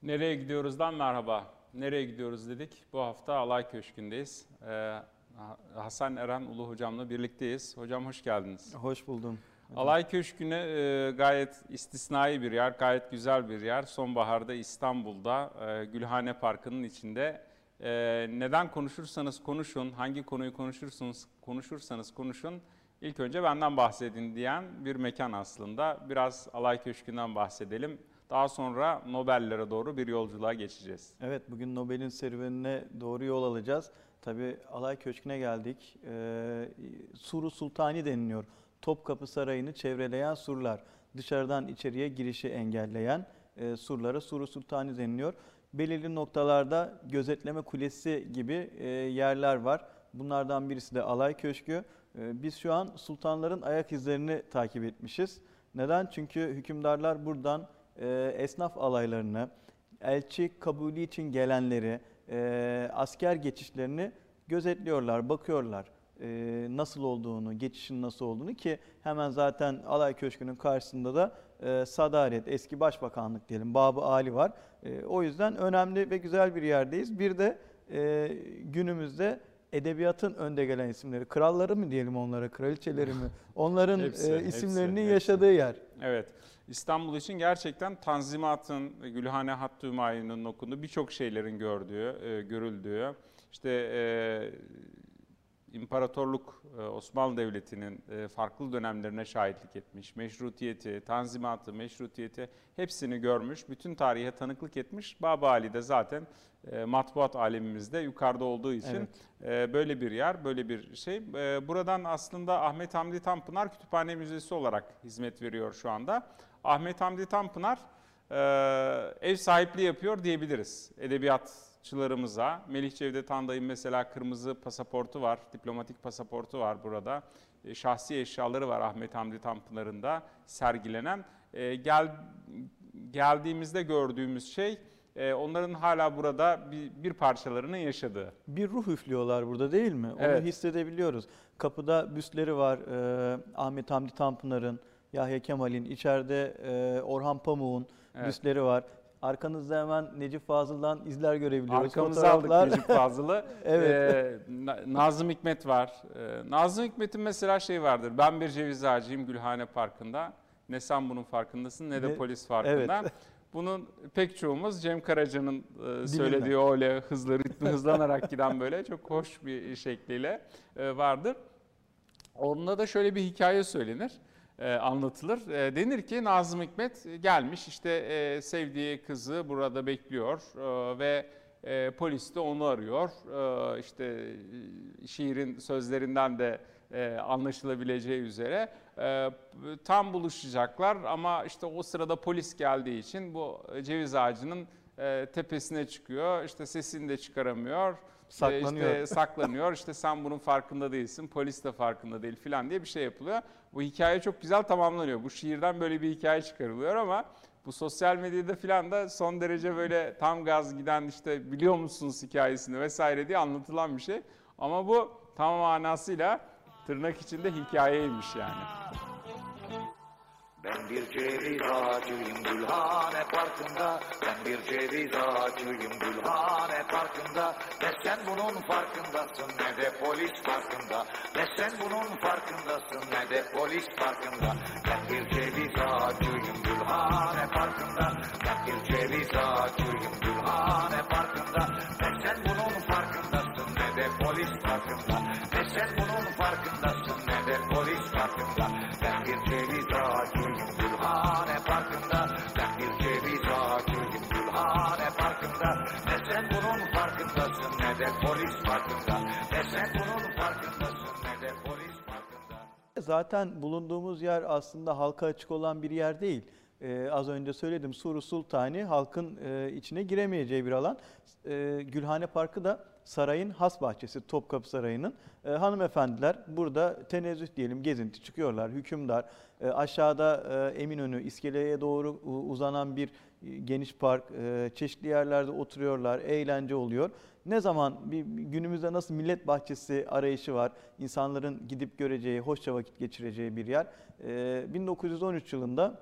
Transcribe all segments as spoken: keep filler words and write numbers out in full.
Nereye gidiyoruzdan merhaba. Nereye gidiyoruz dedik. Bu hafta Alay Köşkü'ndeyiz. Ee, Hasan Eren Ulu hocamla birlikteyiz. Hocam hoş geldiniz. Hoş buldum. Hocam. Alay Köşkü'ne e, gayet istisnai bir yer, gayet güzel bir yer. Sonbaharda İstanbul'da e, Gülhane Parkı'nın içinde. E, neden konuşursanız konuşun, hangi konuyu konuşursunuz, konuşursanız konuşun. İlk önce benden bahsedin diyen bir mekan aslında. Biraz Alay Köşkü'nden bahsedelim. Daha sonra Nobel'lere doğru bir yolculuğa geçeceğiz. Evet, bugün Nobel'in serüvenine doğru yol alacağız. Tabii Alay Köşkü'ne geldik. Ee, Sur-u Sultani deniliyor. Topkapı Sarayı'nı çevreleyen surlar. Dışarıdan içeriye girişi engelleyen e, surlara Sur-u Sultani deniliyor. Belirli noktalarda gözetleme kulesi gibi e, yerler var. Bunlardan birisi de Alay Köşkü. E, biz şu an sultanların ayak izlerini takip etmişiz. Neden? Çünkü hükümdarlar buradan esnaf alaylarını, elçi kabulü için gelenleri, asker geçişlerini gözetliyorlar, bakıyorlar nasıl olduğunu, geçişin nasıl olduğunu ki hemen zaten Alay Köşkü'nün karşısında da Sadaret, eski başbakanlık diyelim, Babı Ali var. O yüzden önemli ve güzel bir yerdeyiz. Bir de günümüzde edebiyatın önde gelen isimleri, kralları mı diyelim onlara, kraliçeleri mi? Onların hepsi, isimlerinin hepsi, yaşadığı hepsi. yer. Evet. İstanbul için gerçekten Tanzimat'ın, Gülhane Hattı Hümayun'un okunduğu, birçok şeylerin gördüğü, e, görüldüğü, işte e, İmparatorluk, Osmanlı Devleti'nin farklı dönemlerine şahitlik etmiş, meşrutiyeti, tanzimatı, meşrutiyeti hepsini görmüş, bütün tarihe tanıklık etmiş. Babı Ali de zaten matbuat alemimizde yukarıda olduğu için evet. Böyle bir yer, böyle bir şey. Buradan aslında Ahmet Hamdi Tanpınar Kütüphane Müzesi olarak hizmet veriyor şu anda. Ahmet Hamdi Tanpınar ev sahipliği yapıyor diyebiliriz edebiyatçılarımıza. Melih Cevdet Anday'ın mesela kırmızı pasaportu var, diplomatik pasaportu var burada. Şahsi eşyaları var Ahmet Hamdi Tanpınar'ın da sergilenen. Gel, geldiğimizde gördüğümüz şey onların hala burada bir, bir parçalarını yaşadığı. Bir ruh üflüyorlar burada değil mi? Onu evet. hissedebiliyoruz. Kapıda büstleri var Ahmet Hamdi Tanpınar'ın, Yahya Kemal'in, içeride Orhan Pamuk'un evet. büstleri var. Arkanızda hemen Necip Fazıl'dan izler görebiliyoruz. Arkamıza aldık Necip Fazıl'ı. evet. Ee, Nazım Hikmet var. Ee, Nazım Hikmet'in mesela şey vardır. Ben bir ceviz ağacıyım Gülhane Parkı'nda. Ne sen bunun farkındasın ne de ne? polis farkında. Evet. Bunun pek çoğumuz Cem Karaca'nın e, söylediği öyle hızlı, ritmi hızlanarak giden böyle çok hoş bir şekliyle e, vardır. Onunla da şöyle bir hikaye söylenir. E, anlatılır. E, denir ki Nazım Hikmet gelmiş işte e, sevdiği kızı burada bekliyor e, ve e, polis de onu arıyor. E, işte e, şiirin sözlerinden de e, anlaşılabileceği üzere e, tam buluşacaklar ama işte o sırada polis geldiği için bu ceviz ağacının e, tepesine çıkıyor. İşte sesini de çıkaramıyor. Saklanıyor. İşte saklanıyor. İşte sen bunun farkında değilsin. Polis de farkında değil filan diye bir şey yapılıyor. Bu hikaye çok güzel tamamlanıyor. Bu şiirden böyle bir hikaye çıkarılıyor ama bu sosyal medyada filan da son derece böyle tam gaz giden işte biliyor musunuz hikayesini vesaire diye anlatılan bir şey. Ama bu tam manasıyla tırnak içinde hikayeymiş yani. Ben bir ceviz ağacıyım Gülhane Parkı'nda. Ben bir ceviz ağacıyım Gülhane Parkı'nda. Ne sen bunun farkındasın ne de polis farkında. Ne sen bunun farkındasın ne de polis farkında. Ben bir ceviz ağacıyım Gülhane Parkı'nda. Ben bir ceviz ağacıyım Gülhane Parkı'nda. Ne sen bunun farkındasın ne de polis farkında. Ne sen bunun farkındasın ne de polis farkında. Ben bir ceviz ağacıyım Gülhane Parkı'nda. Ben bir ceviz ağacıyım Gülhane Parkı'nda. Ne sen bunun farkındasın ne de polis farkında. Ne sen bunun farkındasın ne de polis farkında. Zaten bulunduğumuz yer aslında halka açık olan bir yer değil. Ee, az önce söyledim, Sur-u Sultani halkın e, içine giremeyeceği bir alan. E, Gülhane Parkı da sarayın has bahçesi, Topkapı Sarayı'nın. E, hanımefendiler burada tenezzüh diyelim, gezinti çıkıyorlar. Hükümdar, e, aşağıda e, Eminönü, iskeleye doğru uzanan bir e, geniş park, e, çeşitli yerlerde oturuyorlar, eğlence oluyor. Ne zaman bir, günümüzde nasıl millet bahçesi arayışı var, insanların gidip göreceği, hoşça vakit geçireceği bir yer. E, bin dokuz yüz on üç yılında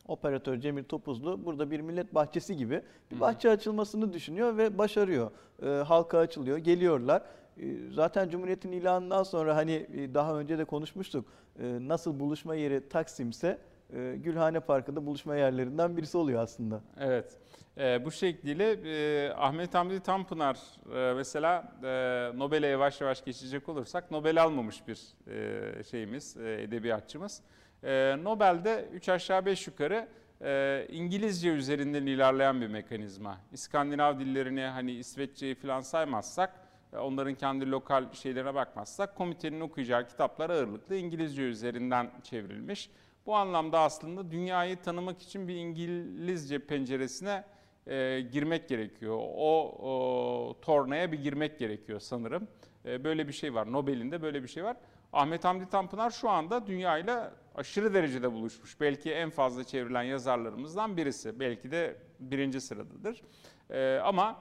Operatör Cemil Topuzlu burada bir millet bahçesi gibi bir bahçe açılmasını düşünüyor ve başarıyor. E, halka açılıyor, geliyorlar. E, zaten Cumhuriyet'in ilanından sonra hani e, daha önce de konuşmuştuk. E, nasıl buluşma yeri Taksim'se e, Gülhane Parkı'da buluşma yerlerinden birisi oluyor aslında. Evet. E, bu şekliyle e, Ahmet Hamdi Tanpınar e, mesela e, Nobel'e yavaş yavaş geçecek olursak Nobel almamış bir e, şeyimiz, e, edebiyatçımız. E, Nobel'de üç aşağı beş yukarı e, İngilizce üzerinden ilerleyen bir mekanizma. İskandinav dillerini hani İsveççeyi falan saymazsak, onların kendi lokal şeylerine bakmazsak komitenin okuyacağı kitaplar ağırlıklı İngilizce üzerinden çevrilmiş. Bu anlamda aslında dünyayı tanımak için bir İngilizce penceresine e, girmek gerekiyor. O, o tornaya bir girmek gerekiyor sanırım. E, böyle bir şey var. Nobel'in de böyle bir şey var. Ahmet Hamdi Tanpınar şu anda dünyayla aşırı derecede buluşmuş. Belki en fazla çevrilen yazarlarımızdan birisi. Belki de birinci sıradadır. E, ama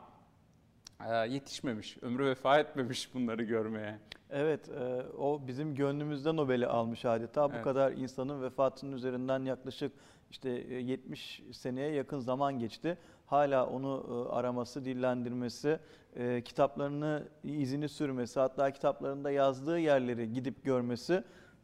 e, yetişmemiş, ömrü vefa etmemiş bunları görmeye. Evet, e, o bizim gönlümüzde Nobel'i almış adeta. Bu Evet. kadar insanın vefatının üzerinden yaklaşık işte yetmiş seneye yakın zaman geçti. Hala onu e, araması, dillendirmesi, e, kitaplarını izini sürmesi, hatta kitaplarında yazdığı yerleri gidip görmesi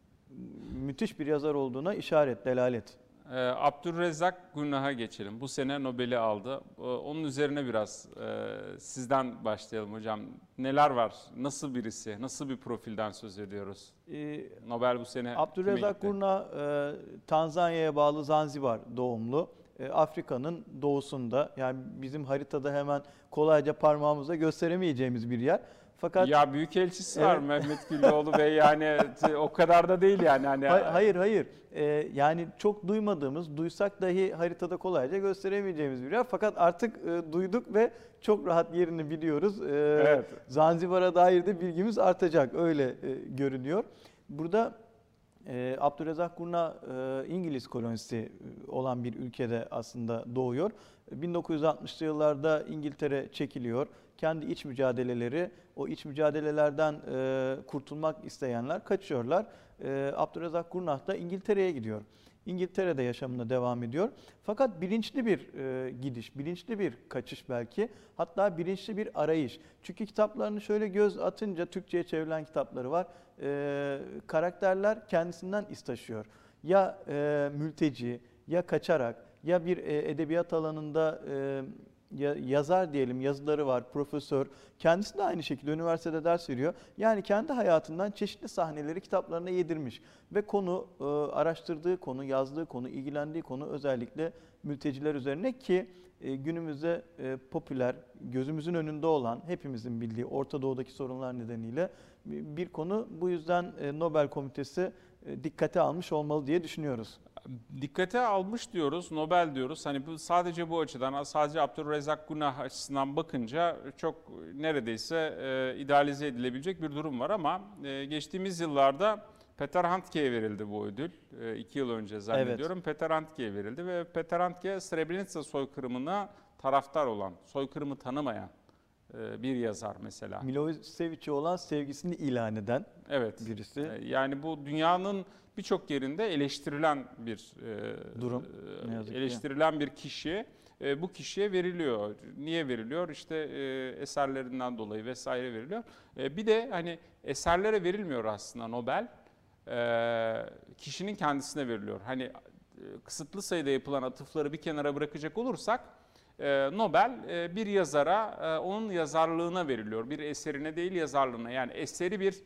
müthiş bir yazar olduğuna işaret, delalet. Ee, Abdurrezzak Gurnah'a geçelim. Bu sene Nobel'i aldı. Ee, onun üzerine biraz e, sizden başlayalım hocam. Neler var? Nasıl birisi? Nasıl bir profilden söz ediyoruz? Ee, Nobel bu sene Abdurrezzak kime gitti? Gurnah e, Tanzanya'ya bağlı Zanzibar doğumlu. E, Afrika'nın doğusunda, yani bizim haritada hemen kolayca parmağımızla gösteremeyeceğimiz bir yer. Fakat Ya büyükelçisi var Evet. Mehmet Güllüoğlu Bey, yani t- o kadar da değil yani. Hani, Hay- hayır hayır Ee, yani çok duymadığımız, duysak dahi haritada kolayca gösteremeyeceğimiz bir yer. Fakat artık e, duyduk ve çok rahat yerini biliyoruz. Ee, Evet. Zanzibar'a dair de bilgimiz artacak, öyle e, görünüyor. Burada e, Abdurrezzak Gurnah e, İngiliz kolonisi e, olan bir ülkede aslında doğuyor. bin dokuz yüz altmışlı yıllarda İngiltere çekiliyor. Kendi iç mücadeleleri, o iç mücadelelerden e, kurtulmak isteyenler kaçıyorlar. E, Abdurrezzak Gurnah da İngiltere'ye gidiyor. İngiltere'de yaşamına devam ediyor. Fakat bilinçli bir e, gidiş, bilinçli bir kaçış belki. Hatta bilinçli bir arayış. Çünkü kitaplarını şöyle göz atınca, Türkçe'ye çevrilen kitapları var. E, karakterler kendisinden iz taşıyor. Ya e, mülteci, ya kaçarak, ya bir e, edebiyat alanında e, ya, yazar diyelim, yazıları var, profesör. Kendisi de aynı şekilde üniversitede ders veriyor. Yani kendi hayatından çeşitli sahneleri kitaplarına yedirmiş. Ve konu, e, araştırdığı konu, yazdığı konu, ilgilendiği konu özellikle mülteciler üzerine ki e, günümüzde e, popüler, gözümüzün önünde olan, hepimizin bildiği Orta Doğu'daki sorunlar nedeniyle bir konu. Bu yüzden e, Nobel Komitesi e, dikkate almış olmalı diye düşünüyoruz. Dikkate almış diyoruz, Nobel diyoruz. Hani bu sadece bu açıdan, sadece Abdurrezzak Gurnah açısından bakınca çok neredeyse e, idealize edilebilecek bir durum var ama e, geçtiğimiz yıllarda Peter Handke'ye verildi bu ödül. E, iki yıl önce zannediyorum. Evet. Peter Handke'ye verildi ve Peter Handke Srebrenica soykırımına taraftar olan, soykırımı tanımayan e, bir yazar mesela. Milosevic'e olan sevgisini ilan eden evet. birisi. E, yani bu dünyanın birçok yerinde eleştirilen bir e, durum, ne yazık ki. eleştirilen bir kişi e, bu kişiye veriliyor. Niye veriliyor? İşte e, eserlerinden dolayı vesaire veriliyor. E, bir de hani eserlere verilmiyor aslında Nobel. E, kişinin kendisine veriliyor. Hani e, kısıtlı sayıda yapılan atıfları bir kenara bırakacak olursak e, Nobel e, bir yazara e, onun yazarlığına veriliyor. Bir eserine değil, yazarlığına. Yani eseri bir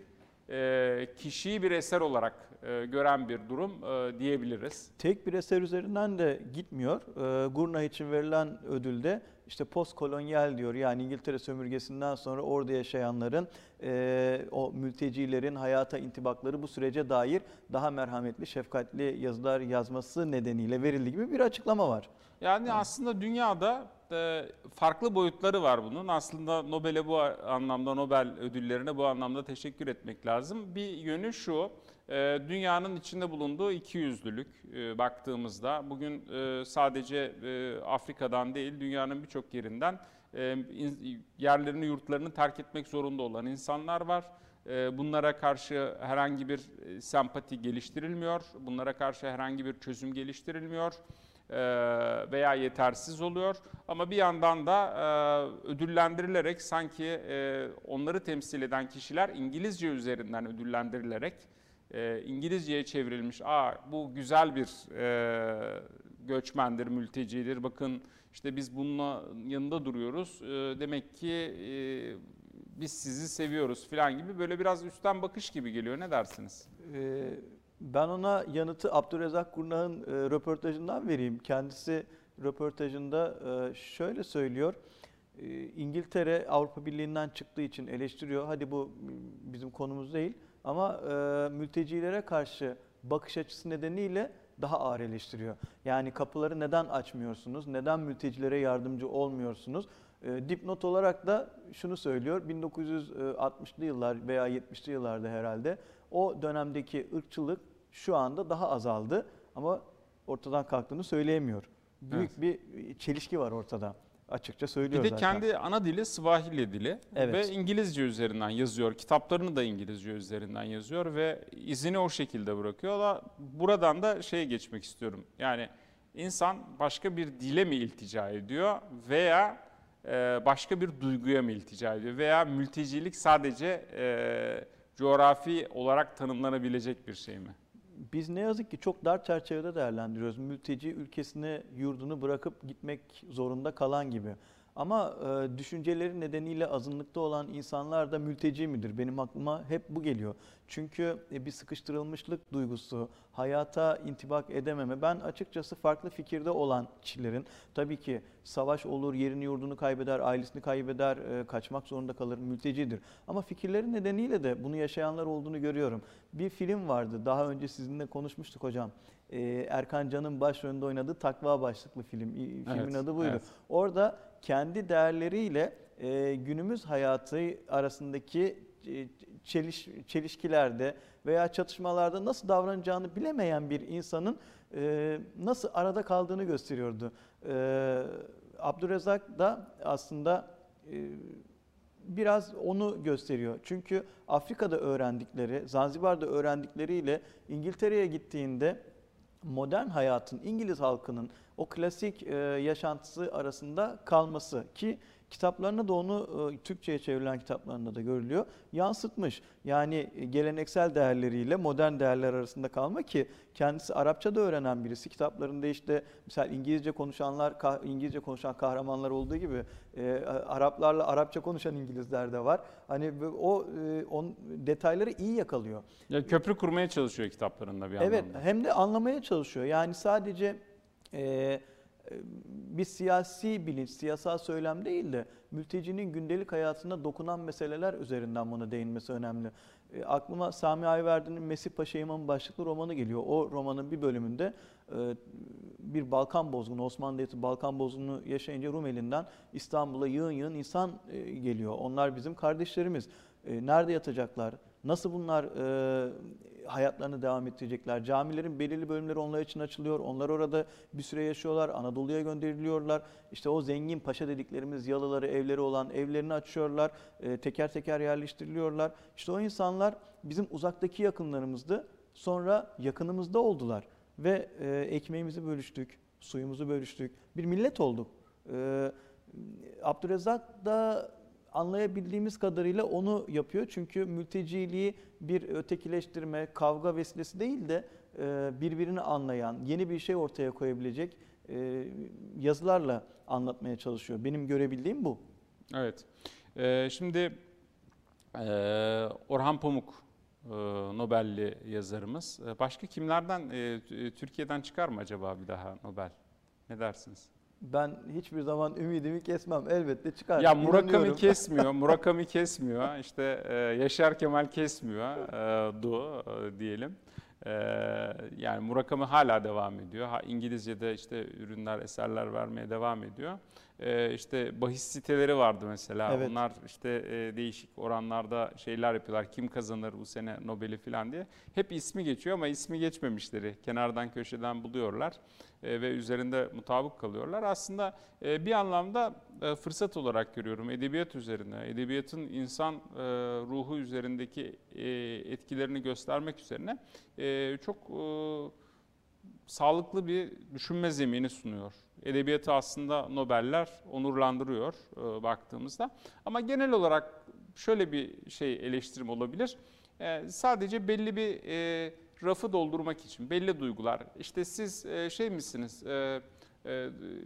kişiyi bir eser olarak gören bir durum diyebiliriz. Tek bir eser üzerinden de gitmiyor. Gurnah için verilen ödülde işte postkolonyal diyor. Yani İngiltere sömürgesinden sonra orada yaşayanların, o mültecilerin hayata intibakları, bu sürece dair daha merhametli, şefkatli yazılar yazması nedeniyle verildiği gibi bir açıklama var. Yani evet. Aslında dünyada farklı boyutları var bunun. Aslında Nobel'e bu anlamda, Nobel ödüllerine bu anlamda teşekkür etmek lazım. Bir yönü şu, dünyanın içinde bulunduğu ikiyüzlülük baktığımızda bugün sadece Afrika'dan değil, dünyanın birçok yerinden yerlerini, yurtlarını terk etmek zorunda olan insanlar var. Bunlara karşı herhangi bir sempati geliştirilmiyor, bunlara karşı herhangi bir çözüm geliştirilmiyor. veya yetersiz oluyor. Ama bir yandan da ödüllendirilerek sanki onları temsil eden kişiler İngilizce üzerinden ödüllendirilerek İngilizceye çevrilmiş, aa bu güzel bir göçmendir, mültecidir, bakın işte biz bununla yanında duruyoruz, demek ki biz sizi seviyoruz falan gibi böyle biraz üstten bakış gibi geliyor. Ne dersiniz? Ee, ben ona yanıtı Abdurrezzak Gurnah'ın e, röportajından vereyim. Kendisi röportajında e, şöyle söylüyor. E, İngiltere Avrupa Birliği'nden çıktığı için eleştiriyor. Hadi bu bizim konumuz değil. Ama e, mültecilere karşı bakış açısı nedeniyle daha ağır eleştiriyor. Yani kapıları neden açmıyorsunuz? Neden mültecilere yardımcı olmuyorsunuz? E, dipnot olarak da şunu söylüyor. bin dokuz yüz altmışlı yıllar veya yetmişli yıllarda herhalde o dönemdeki ırkçılık şu anda daha azaldı ama ortadan kalktığını söyleyemiyor. Büyük evet. bir çelişki var ortada. Açıkça söylüyor zaten. Bir de zaten. kendi ana dili Swahili dili evet. ve İngilizce üzerinden yazıyor. Kitaplarını da İngilizce üzerinden yazıyor ve izini o şekilde bırakıyor. Buradan da şeye geçmek istiyorum. Yani insan başka bir dile mi iltica ediyor veya başka bir duyguya mı iltica ediyor veya mültecilik sadece e, coğrafi olarak tanımlanabilecek bir şey mi? Biz ne yazık ki çok dar çerçevede değerlendiriyoruz. Mülteci ülkesini, yurdunu bırakıp gitmek zorunda kalan gibi. Ama e, düşünceleri nedeniyle azınlıkta olan insanlar da mülteci midir? Benim aklıma hep bu geliyor. Çünkü e, bir sıkıştırılmışlık duygusu, hayata intibak edememe. Ben açıkçası farklı fikirde olan kişilerin, tabii ki savaş olur, yerini yurdunu kaybeder, ailesini kaybeder, e, kaçmak zorunda kalır, mültecidir. Ama fikirleri nedeniyle de bunu yaşayanlar olduğunu görüyorum. Bir film vardı, daha önce sizinle konuşmuştuk hocam. Erkan Can'ın başrolünde oynadığı Takva başlıklı film. Filmin evet, adı buydu. Evet. Orada kendi değerleriyle günümüz hayatı arasındaki çeliş, çelişkilerde veya çatışmalarda nasıl davranacağını bilemeyen bir insanın nasıl arada kaldığını gösteriyordu. Abdurrezzak da aslında biraz onu gösteriyor. Çünkü Afrika'da öğrendikleri, Zanzibar'da öğrendikleriyle İngiltere'ye gittiğinde modern hayatın, İngiliz halkının o klasik e, yaşantısı arasında kalması ki kitaplarında da onu e, Türkçe'ye çevrilen kitaplarında da görülüyor. Yansıtmış. Yani geleneksel değerleriyle modern değerler arasında kalma ki kendisi Arapça da öğrenen birisi. Kitaplarında işte mesela İngilizce konuşanlar, İngilizce konuşan kahramanlar olduğu gibi e, Araplarla Arapça konuşan İngilizler de var. Hani o e, on detayları iyi yakalıyor. Ya köprü kurmaya çalışıyor kitaplarında bir evet, anlamda. Evet, hem de anlamaya çalışıyor. Yani sadece e, bir siyasi bilinç, siyasal söylem değil de mültecinin gündelik hayatına dokunan meseleler üzerinden buna değinmesi önemli. E, aklıma Sami Ayverdi'nin Mesih Paşa İmamı başlıklı romanı geliyor. O romanın bir bölümünde e, bir Balkan bozgunu, Osmanlı Devleti Balkan bozgunu yaşayınca Rumeli'nden İstanbul'a yığın yığın insan e, geliyor. Onlar bizim kardeşlerimiz. E, nerede yatacaklar? Nasıl bunlar e, hayatlarını devam ettirecekler? Camilerin belirli bölümleri onlar için açılıyor. Onlar orada bir süre yaşıyorlar. Anadolu'ya gönderiliyorlar. İşte o zengin paşa dediklerimiz yalıları, evleri olan evlerini açıyorlar. E, teker teker yerleştiriliyorlar. İşte o insanlar bizim uzaktaki yakınlarımızdı. Sonra yakınımızda oldular. Ve e, ekmeğimizi bölüştük, suyumuzu bölüştük. Bir millet olduk. E, Abdurrezzak da anlayabildiğimiz kadarıyla onu yapıyor. Çünkü mülteciliği bir ötekileştirme, kavga vesilesi değil de birbirini anlayan, yeni bir şey ortaya koyabilecek yazılarla anlatmaya çalışıyor. Benim görebildiğim bu. Evet. Ee, şimdi e, Orhan Pamuk e, Nobel'li yazarımız. Başka kimlerden, e, Türkiye'den çıkar mı acaba bir daha Nobel? Ne dersiniz? Ben hiçbir zaman ümidimi kesmem. Elbette çıkar. Ya Murakami kesmiyor, Murakami kesmiyor. İşte e, Yaşar Kemal kesmiyor, e, du e, diyelim. E, yani Murakami hala devam ediyor. Ha, İngilizce'de işte ürünler, eserler vermeye devam ediyor. E, işte bahis siteleri vardı mesela. Evet. Onlar işte e, değişik oranlarda şeyler yapıyorlar. Kim kazanır bu sene Nobel'i falan diye. Hep ismi geçiyor ama ismi geçmemişleri kenardan köşeden buluyorlar. E, ve üzerinde mutabık kalıyorlar. Aslında e, bir anlamda e, fırsat olarak görüyorum edebiyat üzerine, edebiyatın insan e, ruhu üzerindeki e, etkilerini göstermek üzerine e, çok e, sağlıklı bir düşünme zemini sunuyor. Edebiyatı aslında Nobeller onurlandırıyor e, baktığımızda. Ama genel olarak şöyle bir şey eleştirim olabilir. E, sadece belli bir e, rafı doldurmak için, belli duygular. İşte siz e, şey misiniz, e, e,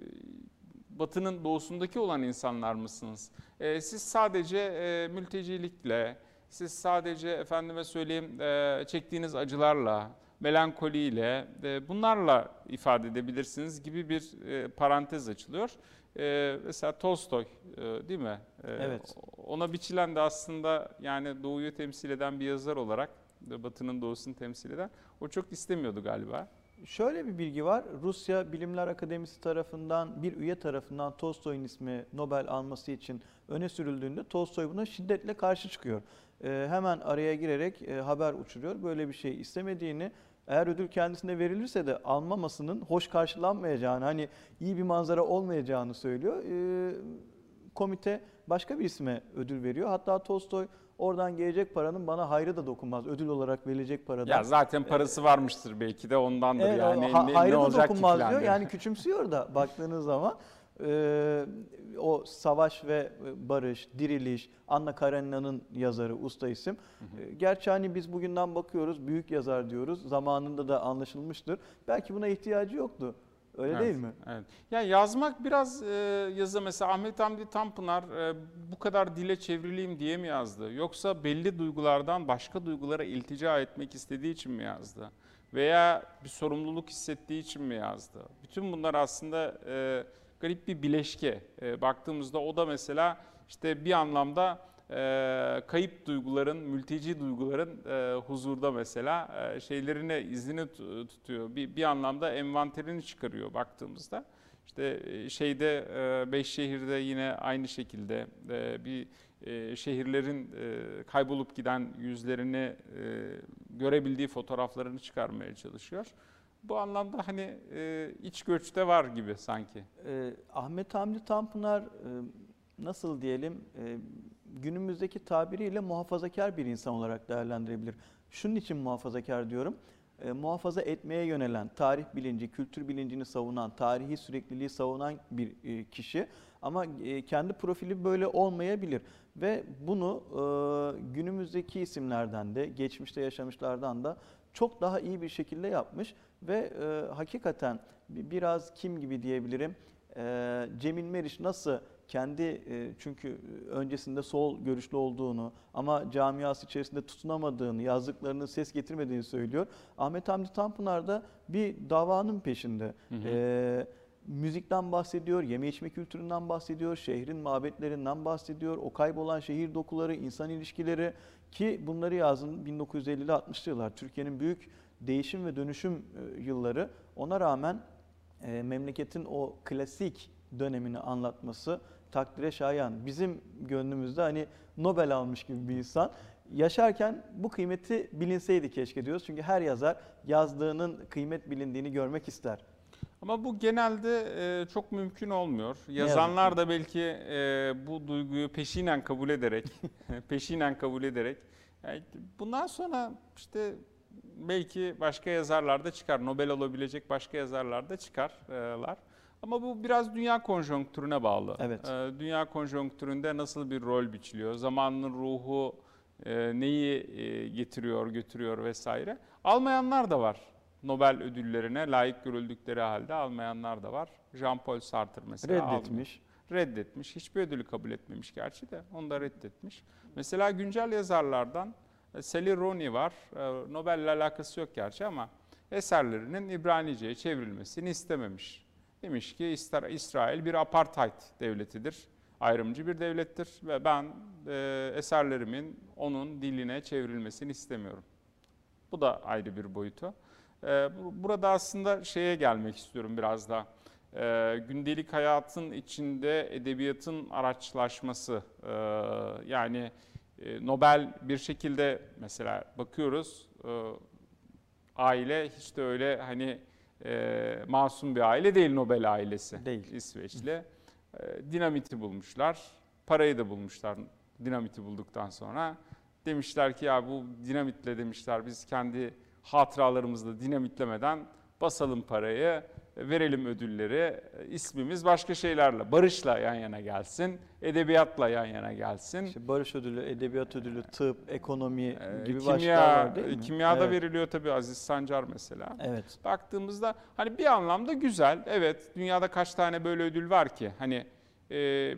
Batı'nın doğusundaki olan insanlar mısınız? E, siz sadece e, mültecilikle, siz sadece efendime söyleyeyim e, çektiğiniz acılarla, melankoliyle, e, bunlarla ifade edebilirsiniz gibi bir e, parantez açılıyor. E, mesela Tolstoy e, değil mi? E, Evet. Ona biçilen de aslında yani Doğu'yu temsil eden bir yazar olarak, Batı'nın Doğu'sunu temsil eden, o çok istemiyordu galiba. Şöyle bir bilgi var. Rusya Bilimler Akademisi tarafından, bir üye tarafından Tolstoy'un ismi Nobel alması için öne sürüldüğünde Tolstoy buna şiddetle karşı çıkıyor. Ee, hemen araya girerek e, haber uçuruyor. Böyle bir şey istemediğini, eğer ödül kendisine verilirse de almamasının hoş karşılanmayacağını, hani iyi bir manzara olmayacağını söylüyor. Ee, komite başka bir isme ödül veriyor. Hatta Tolstoy oradan gelecek paranın bana hayrı da dokunmaz. Ödül olarak verilecek paradan. Ya zaten parası ee, varmıştır belki de ondandır evet, yani. Ha, ne, hayrı ne da olacak dokunmaz ki diyor. Yani küçümsüyor da baktığınız zaman. Ee, o Savaş ve Barış, Diriliş, Anna Karenina'nın yazarı, usta isim. Hı hı. Gerçi hani biz bugünden bakıyoruz, büyük yazar diyoruz. Zamanında da anlaşılmıştır. Belki buna ihtiyacı yoktu. Öyle evet, değil mi? Evet. Yani yazmak biraz e, yazı, mesela Ahmet Hamdi Tanpınar e, bu kadar dile çevrileyim diye mi yazdı? Yoksa belli duygulardan başka duygulara iltica etmek istediği için mi yazdı? Veya bir sorumluluk hissettiği için mi yazdı? Bütün bunlar aslında e, garip bir bileşke. E, baktığımızda o da mesela işte bir anlamda e, kayıp duyguların, mülteci duyguların e, huzurda mesela e, şeylerine izini tutuyor. Bir, bir anlamda envanterini çıkarıyor baktığımızda. İşte şeyde e, Beşşehir'de yine aynı şekilde e, bir e, şehirlerin e, kaybolup giden yüzlerini e, görebildiği fotoğraflarını çıkarmaya çalışıyor. Bu anlamda hani e, iç göçte var gibi sanki. E, Ahmet Hamdi Tanpınar e, nasıl diyelim e, günümüzdeki tabiriyle muhafazakar bir insan olarak değerlendirebilir. Şunun için muhafazakar diyorum. E, muhafaza etmeye yönelen, tarih bilinci, kültür bilincini savunan, tarihi sürekliliği savunan bir e, kişi. Ama e, kendi profili böyle olmayabilir. Ve bunu e, günümüzdeki isimlerden de, geçmişte yaşamışlardan da çok daha iyi bir şekilde yapmış. Ve e, hakikaten biraz kim gibi diyebilirim, e, Cemil Meriç nasıl kendi e, çünkü öncesinde sol görüşlü olduğunu ama camiası içerisinde tutunamadığını, yazdıklarının ses getirmediğini söylüyor. Ahmet Hamdi Tanpınar da bir davanın peşinde. Hı hı. E, müzikten bahsediyor, yeme içme kültüründen bahsediyor, şehrin mabetlerinden bahsediyor, o kaybolan şehir dokuları, insan ilişkileri, ki bunları yazın bin dokuz yüz ellili altmışlı yıllar, Türkiye'nin büyük değişim ve dönüşüm yılları. Ona rağmen e, memleketin o klasik dönemini anlatması takdire şayan. Bizim gönlümüzde hani Nobel almış gibi bir insan. Yaşarken bu kıymeti bilinseydi keşke diyoruz. Çünkü her yazar yazdığının kıymet bilindiğini görmek ister. Ama bu genelde e, çok mümkün olmuyor. Yazanlar da belki e, bu duyguyu peşinen kabul ederek, peşinen kabul ederek. Yani bundan sonra işte belki başka yazarlar da çıkar. Nobel olabilecek başka yazarlar da çıkarlar. Ama bu biraz dünya konjonktürüne bağlı. Evet. Ee, dünya konjonktüründe nasıl bir rol biçiliyor? Zamanın ruhu e, neyi e, getiriyor, götürüyor vesaire. Almayanlar da var. Nobel ödüllerine layık görüldükleri halde almayanlar da var. Jean-Paul Sartre mesela reddetmiş. Almıyor. Reddetmiş. Hiçbir ödülü kabul etmemiş gerçi de. Onu da reddetmiş. Mesela güncel yazarlardan Sally Rooney var. E, Nobel'le alakası yok gerçi ama eserlerinin İbranice'ye çevrilmesini istememiş. Demiş ki İsrail bir apartheid devletidir, ayrımcı bir devlettir ve ben e, eserlerimin onun diline çevrilmesini istemiyorum. Bu da ayrı bir boyutu. E, burada aslında şeye gelmek istiyorum biraz da. E, gündelik hayatın içinde edebiyatın araçlaşması, e, yani e, Nobel bir şekilde mesela bakıyoruz, e, aile hiç de öyle hani E, masum bir aile değil Nobel ailesi. Değil. İsveçli. E, dinamiti bulmuşlar. Parayı da bulmuşlar dinamiti bulduktan sonra. Demişler ki ya bu dinamitle demişler biz kendi hatıralarımızla dinamitlemeden basalım parayı, verelim ödülleri, ismimiz başka şeylerle, barışla yan yana gelsin, edebiyatla yan yana gelsin. İşte barış ödülü, edebiyat ödülü, tıp, ekonomi Ee, gibi kimya, başlıklar var değil mi? Kimyada Evet. veriliyor tabii, Aziz Sancar mesela. Evet. Baktığımızda hani bir anlamda güzel. Evet, dünyada kaç tane böyle ödül var ki? Hani e,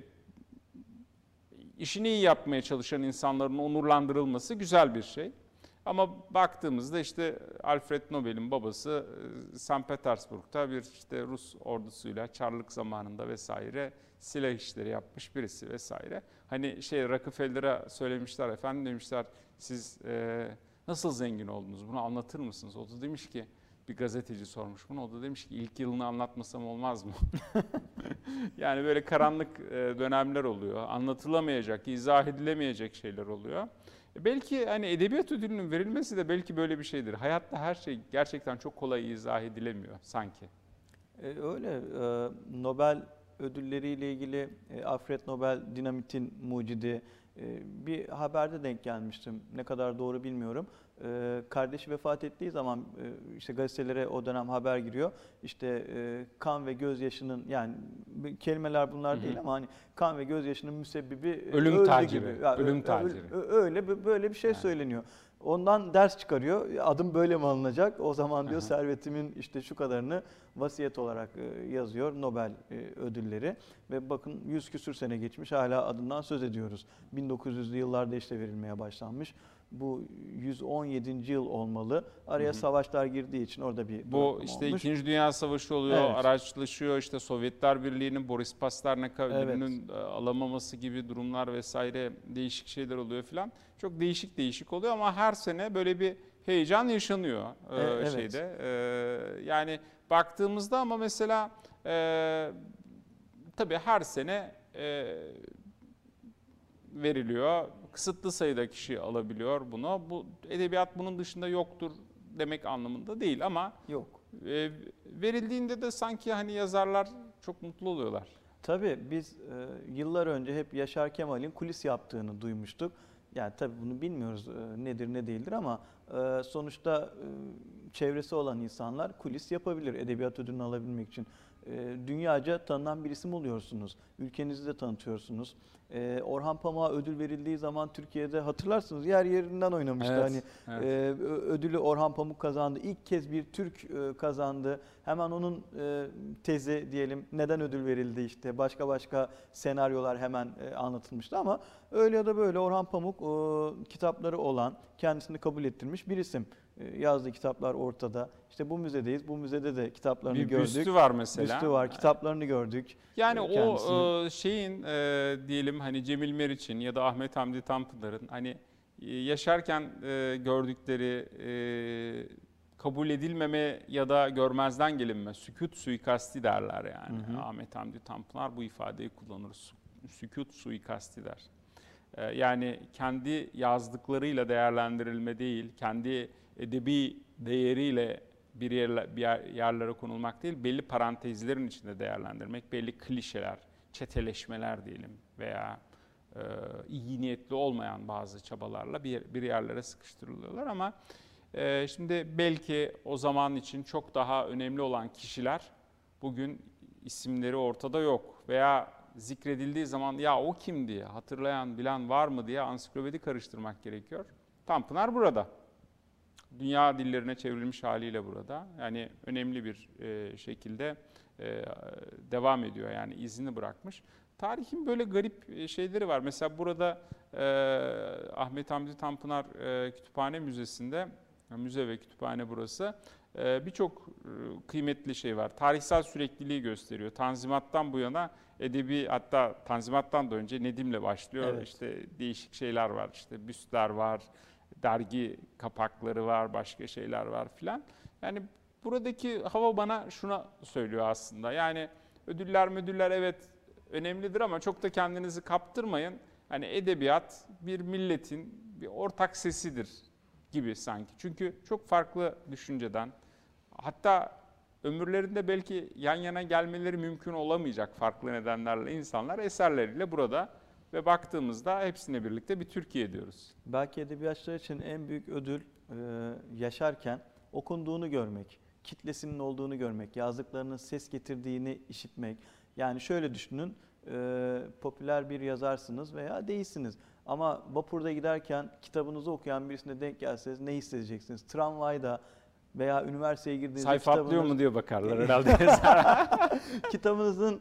işini iyi yapmaya çalışan insanların onurlandırılması güzel bir şey. Ama baktığımızda işte Alfred Nobel'in babası Sankt Petersburg'da bir işte Rus ordusuyla Çarlık zamanında vesaire silah işleri yapmış birisi vesaire. Hani şey Rockefeller'a söylemişler, efendim demişler, siz e, nasıl zengin oldunuz, bunu anlatır mısınız? O da demiş ki, bir gazeteci sormuş bunu, o da demiş ki ilk yılını anlatmasam olmaz mı? Yani böyle karanlık dönemler oluyor, anlatılamayacak, izah edilemeyecek şeyler oluyor. Belki hani edebiyat ödülünün verilmesi de belki böyle bir şeydir. Hayatta her şey gerçekten çok kolay izah edilemiyor sanki. E, öyle. E, Nobel ödülleriyle ilgili e, Alfred Nobel dinamitin mucidi e, bir haberde denk gelmiştim. Ne kadar doğru bilmiyorum. E, kardeşi vefat ettiği zaman e, işte gazetelere o dönem haber giriyor. İşte e, kan ve gözyaşının, yani kelimeler bunlar Hı hı. değil ama hani kan ve gözyaşının müsebbibi Ölüm öldü taciri, gibi. Yani ölüm ö- taciri. ö- Öyle böyle bir şey Yani. söyleniyor. Ondan ders çıkarıyor. Adım böyle mi alınacak? O zaman diyor Aha. servetimin işte şu kadarını vasiyet olarak yazıyor Nobel ödülleri. Ve bakın yüz küsür sene geçmiş, hala adından söz ediyoruz. bin dokuz yüzlü yıllarda işte verilmeye başlanmış. Bu yüz on yedinci yıl olmalı. Araya hı hı. savaşlar girdiği için orada bir bu işte olmuş. İkinci Dünya Savaşı oluyor, Evet. araçlaşıyor, işte Sovyetler Birliği'nin Boris Pasternak'a Evet. ödülünün alamaması gibi durumlar vesaire, değişik şeyler oluyor filan. Çok değişik değişik oluyor ama her sene böyle bir heyecan yaşanıyor e, evet. şeyde. E, yani baktığımızda ama mesela e, tabii her sene e, veriliyor. Kısıtlı sayıda kişi alabiliyor bunu. Bu edebiyat bunun dışında yoktur demek anlamında değil ama yok. E, verildiğinde de sanki hani yazarlar çok mutlu oluyorlar. Tabii biz e, yıllar önce hep Yaşar Kemal'in kulis yaptığını duymuştuk. Yani tabii bunu bilmiyoruz e, nedir ne değildir ama e, sonuçta e, çevresi olan insanlar kulis yapabilir edebiyat ödülünü alabilmek için. E, dünyaca tanınan bir isim oluyorsunuz. Ülkenizi de tanıtıyorsunuz. E, Orhan Pamuk'a ödül verildiği zaman Türkiye'de hatırlarsınız yer yerinden oynamıştı. Evet, hani evet. e, ödülü Orhan Pamuk kazandı. İlk kez bir Türk e, kazandı. Hemen onun e, tezi diyelim, neden ödül verildi, işte başka başka senaryolar hemen e, anlatılmıştı ama öyle ya da böyle Orhan Pamuk e, kitapları olan, kendisini kabul ettirmiş bir isim. E, yazdığı kitaplar ortada. İşte bu müzedeyiz. Bu müzede de kitaplarını Bir gördük. büstü var mesela. Büstü var. Kitaplarını gördük. Yani Kendisini. o e, şeyin e, diyelim hani Cemil Meriç'in ya da Ahmet Hamdi Tanpınar'ın hani e, yaşarken e, gördükleri e, kabul edilmeme ya da görmezden gelinme, sükût suikasti derler yani. Hı hı. Ahmet Hamdi Tanpınar bu ifadeyi kullanır. Sükût suikasti der. E, yani kendi yazdıklarıyla değerlendirilme değil, kendi edebi değeriyle bir, yerler, bir yer, yerlere konulmak değil, belli parantezlerin içinde değerlendirmek, belli klişeler, çeteleşmeler diyelim veya e, iyi niyetli olmayan bazı çabalarla bir, bir yerlere sıkıştırılıyorlar ama e, şimdi belki o zaman için çok daha önemli olan kişiler bugün isimleri ortada yok veya zikredildiği zaman ya o kim diye hatırlayan, bilen var mı diye ansiklopedi karıştırmak gerekiyor. Tanpınar burada. Dünya dillerine çevrilmiş haliyle burada. Yani önemli bir e, şekilde e, devam ediyor, yani izini bırakmış. Tarihin böyle garip şeyleri var. Mesela burada e, Ahmet Hamdi Tanpınar e, Kütüphane Müzesi'nde, müze ve kütüphane burası, e, birçok kıymetli şey var. Tarihsel sürekliliği gösteriyor. Tanzimat'tan bu yana edebi, hatta Tanzimat'tan da önce Nedim'le başlıyor. Evet. İşte değişik şeyler var. İşte büstler var, dergi kapakları var, başka şeyler var filan. Yani buradaki hava bana şuna söylüyor aslında. Yani ödüller müdüller evet önemlidir ama çok da kendinizi kaptırmayın. Hani edebiyat bir milletin bir ortak sesidir gibi sanki. Çünkü çok farklı düşünceden, hatta ömürlerinde belki yan yana gelmeleri mümkün olamayacak farklı nedenlerle insanlar eserleriyle burada ve baktığımızda hepsine birlikte bir Türkiye diyoruz. Belki edebiyatçılar için en büyük ödül e, yaşarken okunduğunu görmek, kitlesinin olduğunu görmek, yazdıklarının ses getirdiğini işitmek. Yani şöyle düşünün, e, popüler bir yazarsınız veya değilsiniz. Ama vapurda giderken kitabınızı okuyan birisine denk gelseniz ne hissedeceksiniz? Tramvayda veya üniversiteye girdiğinizde sayfa kitabınız... atlıyor mu diye bakarlar herhalde. Kitabınızın...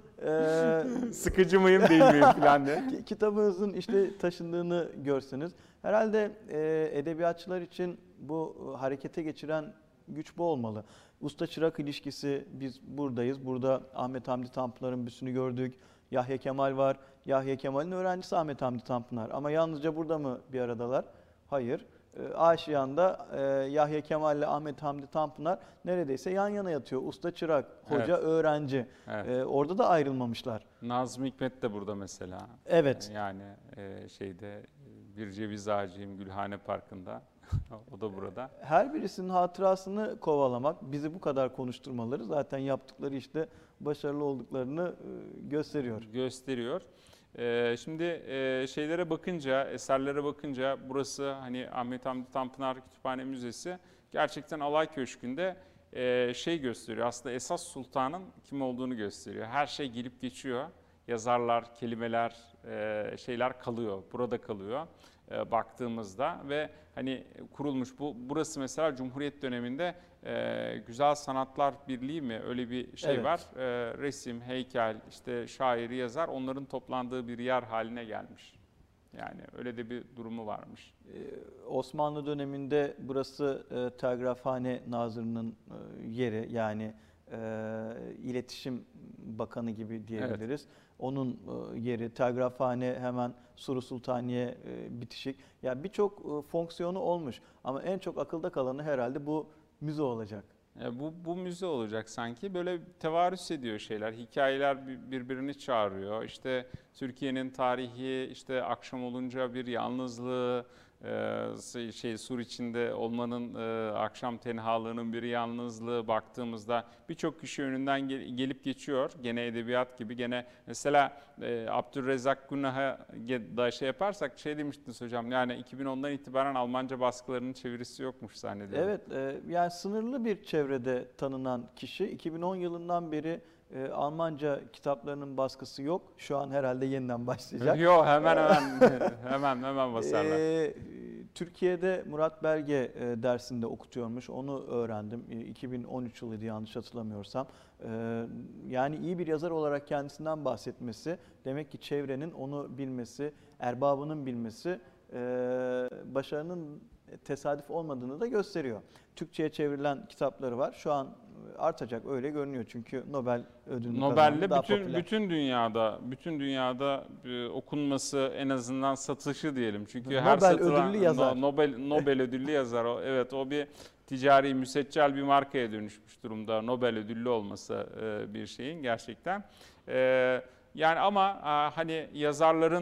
E, sıkıcı mıyım değil miyim falan diye. Kitabınızın işte taşındığını görseniz. Herhalde e, edebiyatçılar için bu harekete geçiren güç bu olmalı. Usta çırak ilişkisi, biz buradayız. Burada Ahmet Hamdi Tanpınar'ın büstünü gördük. Yahya Kemal var. Yahya Kemal'in öğrencisi Ahmet Hamdi Tanpınar. Ama yalnızca burada mı bir aradalar? Hayır. E, Aşiyan'da e, Yahya Kemal ile Ahmet Hamdi Tanpınar neredeyse yan yana yatıyor. Usta çırak, hoca Evet. öğrenci. Evet. E, orada da ayrılmamışlar. Nazım Hikmet de burada mesela. Evet. Yani e, şeyde bir ceviz ağacıyım Gülhane Parkı'nda. O da burada. Her birisinin hatırasını kovalamak, bizi bu kadar konuşturmaları zaten yaptıkları işte başarılı olduklarını gösteriyor. Gösteriyor. Ee, şimdi e, şeylere bakınca, eserlere bakınca burası hani Ahmet Hamdi Tanpınar Kütüphane Müzesi gerçekten Alay Köşkü'nde e, şey gösteriyor. Aslında esas sultanın kim olduğunu gösteriyor. Her şey gelip geçiyor. Yazarlar, kelimeler, e, şeyler kalıyor. Burada kalıyor e, baktığımızda ve hani kurulmuş bu burası mesela Cumhuriyet döneminde e, Güzel Sanatlar Birliği mi öyle bir şey Evet. var. E, resim, heykel, işte şairi, yazar onların toplandığı bir yer haline gelmiş. Yani öyle de bir durumu varmış. Ee, Osmanlı döneminde burası e, Telgrafhane Nazırı'nın e, yeri, yani e, İletişim Bakanı gibi diyebiliriz. Evet. Onun e, yeri, Telgrafhane hemen Suru Sultaniye e, bitişik. Yani birçok e, fonksiyonu olmuş ama en çok akılda kalanı herhalde bu müze olacak. E, bu, bu müze olacak sanki. Böyle tevarüs ediyor şeyler. Hikayeler birbirini çağırıyor. İşte Türkiye'nin tarihi, işte akşam olunca bir yalnızlığı, e, şey sur içinde olmanın, e, akşam tenhalığının bir yalnızlığı baktığımızda birçok kişi önünden gel, gelip geçiyor. Gene edebiyat gibi. Gene mesela e, Abdülrezzak Günah'a da şey yaparsak şey demiştiniz hocam. Yani iki bin ondan itibaren Almanca baskılarının çevirisi yokmuş zannediyorum. Evet, e, yani sınırlı bir çevrede tanınan kişi. iki bin on yılından beri e, Almanca kitaplarının baskısı yok. Şu an herhalde yeniden başlayacak. Yok, hemen hemen hemen hemen basarlar. E, Türkiye'de Murat Belge e, dersinde okutuyormuş. Onu öğrendim. E, iki bin on üç yılıydı yanlış hatırlamıyorsam. E, yani iyi bir yazar olarak kendisinden bahsetmesi, demek ki çevrenin onu bilmesi, erbabının bilmesi e, başarının tesadüf olmadığını da gösteriyor. Türkçe'ye çevrilen kitapları var. Şu an artacak, öyle görünüyor çünkü Nobel ödülünü kazandı, daha bütün popüler. bütün dünyada bütün dünyada e, okunması, en azından satışı diyelim. Çünkü Nobel her satılan ödüllü yazar. No, Nobel Nobel ödüllü yazar o. Evet, o bir ticari müseccel bir markaya dönüşmüş durumda. Nobel ödüllü olması e, bir şeyin gerçekten. E, yani ama e, hani yazarların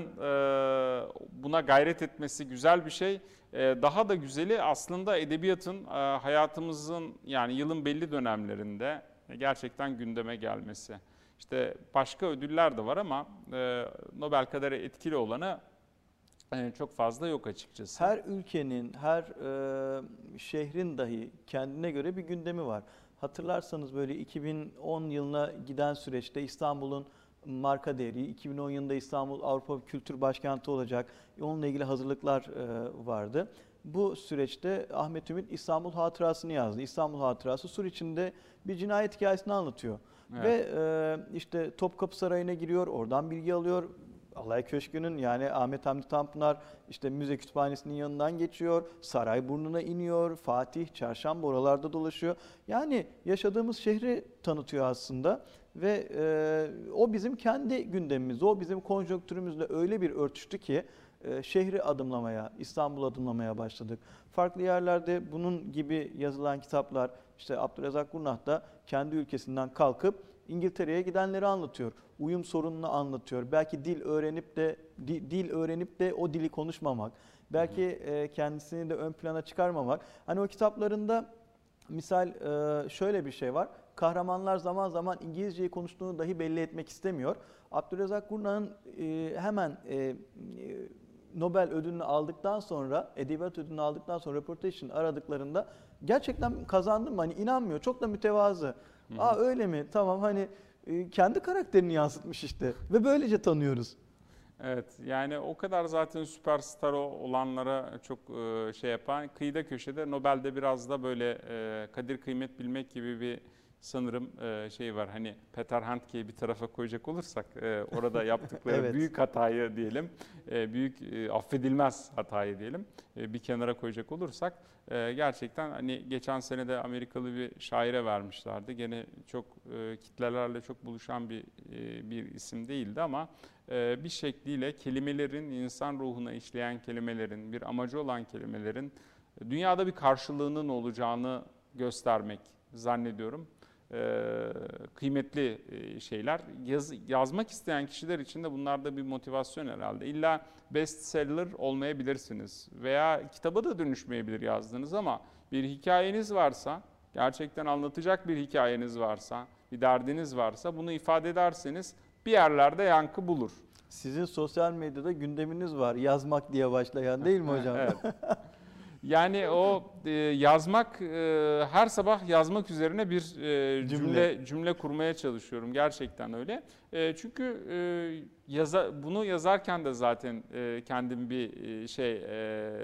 e, buna gayret etmesi güzel bir şey. Daha da güzeli aslında edebiyatın hayatımızın, yani yılın belli dönemlerinde gerçekten gündeme gelmesi. İşte başka ödüller de var ama Nobel kadar etkili olanı çok fazla yok açıkçası. Her ülkenin, her e, şehrin dahi kendine göre bir gündemi var. Hatırlarsanız böyle iki bin on yılına giden süreçte İstanbul'un marka değeri, iki bin on yılında İstanbul Avrupa Kültür Başkenti olacak. Onunla ilgili hazırlıklar e, vardı. Bu süreçte Ahmet Ümit İstanbul Hatırası'nı yazdı. İstanbul Hatırası sur içinde bir cinayet hikayesini anlatıyor. Evet. Ve e, işte Topkapı Sarayı'na giriyor, oradan bilgi alıyor. Alay Köşkü'nün, yani Ahmet Hamdi Tanpınar işte müze kütüphanesinin yanından geçiyor. Sarayburnu'na iniyor. Fatih, Çarşamba oralarda dolaşıyor. Yani yaşadığımız şehri tanıtıyor aslında. Ve e, o bizim kendi gündemimiz, o bizim konjonktürümüzle öyle bir örtüştü ki e, şehri adımlamaya, İstanbul'u adımlamaya başladık. Farklı yerlerde bunun gibi yazılan kitaplar, işte Abdülrezzak Gurnah da kendi ülkesinden kalkıp İngiltere'ye gidenleri anlatıyor. Uyum sorununu anlatıyor. Belki dil öğrenip de dil, dil öğrenip de o dili konuşmamak, belki e, kendisini de ön plana çıkarmamak. Hani o kitaplarında misal e, şöyle bir şey var. Kahramanlar zaman zaman İngilizceyi konuştuğunu dahi belli etmek istemiyor. Abdülrezzak Gurnah'ın e, hemen e, Nobel ödülünü aldıktan sonra, edebiyat ödülünü aldıktan sonra röportaj için aradıklarında gerçekten kazandım mı? Hani inanmıyor. Çok da mütevazı. Hı hı. Aa öyle mi? Tamam hani e, kendi karakterini yansıtmış işte. Ve böylece tanıyoruz. Evet, yani o kadar zaten süperstar olanlara çok e, şey yapan, kıyıda köşede Nobel'de biraz da böyle e, kadir kıymet bilmek gibi bir sanırım e, şey var. Hani Peter Handke'yi bir tarafa koyacak olursak e, orada yaptıkları evet. büyük hatayı diyelim, e, büyük e, affedilmez hatayı diyelim e, bir kenara koyacak olursak e, gerçekten hani geçen sene de Amerikalı bir şaire vermişlerdi. Gene çok e, kitlelerle çok buluşan bir e, bir isim değildi ama bir şekliyle kelimelerin, insan ruhuna işleyen kelimelerin, bir amacı olan kelimelerin dünyada bir karşılığının olacağını göstermek zannediyorum. Kıymetli şeyler. Yaz, yazmak isteyen kişiler için de bunlar da bir motivasyon herhalde. İlla bestseller olmayabilirsiniz veya kitaba da dönüşmeyebilir yazdığınız ama bir hikayeniz varsa, gerçekten anlatacak bir hikayeniz varsa, bir derdiniz varsa bunu ifade ederseniz bir yerlerde yankı bulur. Sizin sosyal medyada gündeminiz var. Yazmak diye başlayan değil mi hocam? Evet. Yani o e, yazmak, e, her sabah yazmak üzerine bir e, cümle. cümle cümle kurmaya çalışıyorum. Gerçekten öyle. E, çünkü e, yaza, bunu yazarken de zaten e, kendim bir e, şey e,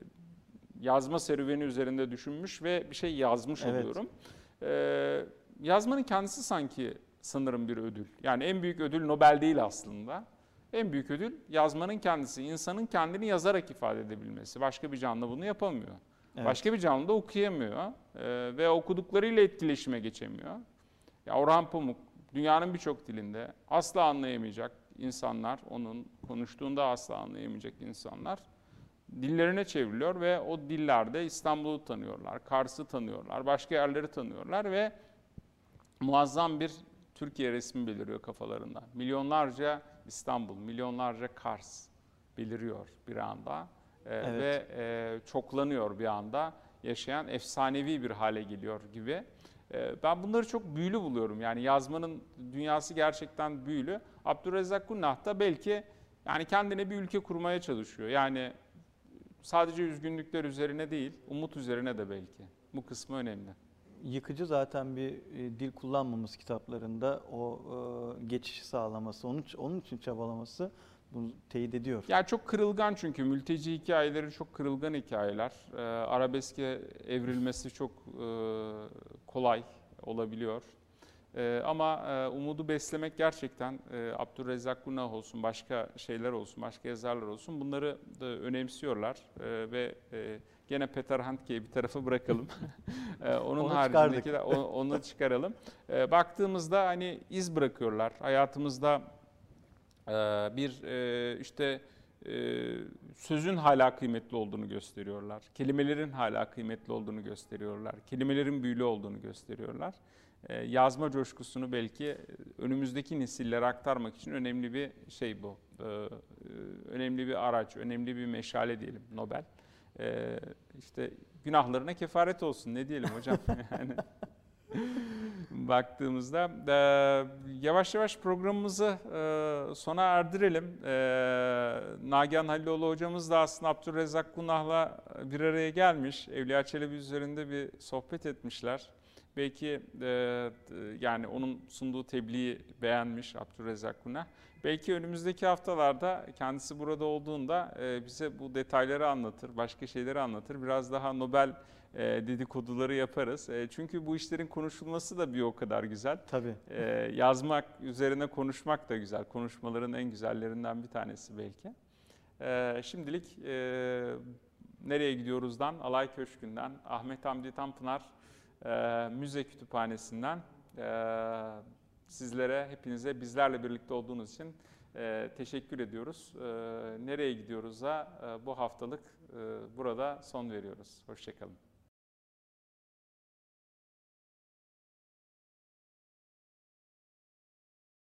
yazma serüveni üzerinde düşünmüş ve bir şey yazmış evet. oluyorum. E, yazmanın kendisi sanki sanırım bir ödül. Yani en büyük ödül Nobel değil aslında. En büyük ödül yazmanın kendisi. İnsanın kendini yazarak ifade edebilmesi. Başka bir canlı bunu yapamıyor. Evet. Başka bir canlı da okuyamıyor. Ee, ve okuduklarıyla etkileşime geçemiyor. Ya Orhan Pamuk dünyanın birçok dilinde asla anlayamayacak insanlar, onun konuştuğunda asla anlayamayacak insanlar dillerine çevriliyor ve o dillerde İstanbul'u tanıyorlar, Kars'ı tanıyorlar, başka yerleri tanıyorlar ve muazzam bir Türkiye resmi beliriyor kafalarında. Milyonlarca İstanbul, milyonlarca Kars beliriyor bir anda ee, evet. ve e, çoklanıyor bir anda. Yaşayan efsanevi bir hale geliyor gibi. Ee, ben bunları çok büyülü buluyorum. Yani yazmanın dünyası gerçekten büyülü. Abdurrezzak Kunnah da belki yani kendine bir ülke kurmaya çalışıyor. Yani sadece üzgünlükler üzerine değil, umut üzerine de belki. Bu kısmı önemli. Yıkıcı zaten bir e, dil kullanmamız kitaplarında o e, geçişi sağlaması, onun, onun için çabalaması bunu teyit ediyor. Ya çok kırılgan çünkü mülteci hikayeleri çok kırılgan hikayeler. E, arabeske evrilmesi çok e, kolay olabiliyor. E, ama e, umudu beslemek gerçekten e, Abdurrezzak Kunnah olsun, başka şeyler olsun, başka yazarlar olsun bunları da önemsiyorlar e, ve e, gene Peter Handke'yi bir tarafa bırakalım. Onun onu haricindeki de onu, onu çıkaralım. E, baktığımızda hani iz bırakıyorlar. Hayatımızda e, bir e, işte e, sözün hala kıymetli olduğunu gösteriyorlar. Kelimelerin hala kıymetli olduğunu gösteriyorlar. Kelimelerin büyülü olduğunu gösteriyorlar. E, yazma coşkusunu belki önümüzdeki nesillere aktarmak için önemli bir şey bu. E, önemli bir araç, önemli bir meşale diyelim Nobel. Ee, işte günahlarına kefaret olsun ne diyelim hocam yani baktığımızda e, yavaş yavaş programımızı e, sona erdirelim. E, Nagihan Haliloğlu hocamız da aslında Abdurrezzak Kunnah'la bir araya gelmiş. Evliya Çelebi üzerinde bir sohbet etmişler. Belki e, yani onun sunduğu tebliği beğenmiş Abdurrezzak Kunnah. Belki önümüzdeki haftalarda kendisi burada olduğunda e, bize bu detayları anlatır, başka şeyleri anlatır. Biraz daha Nobel e, dedikoduları yaparız. E, çünkü bu işlerin konuşulması da bir o kadar güzel. Tabii. E, yazmak üzerine konuşmak da güzel. Konuşmaların en güzellerinden bir tanesi belki. E, şimdilik e, nereye gidiyoruzdan, Alay Köşkü'nden, Ahmet Hamdi Tanpınar e, Müze Kütüphanesi'nden e, sizlere, hepinize bizlerle birlikte olduğunuz için e, teşekkür ediyoruz. E, nereye gidiyoruz'a e, bu haftalık e, burada son veriyoruz. Hoşça kalın.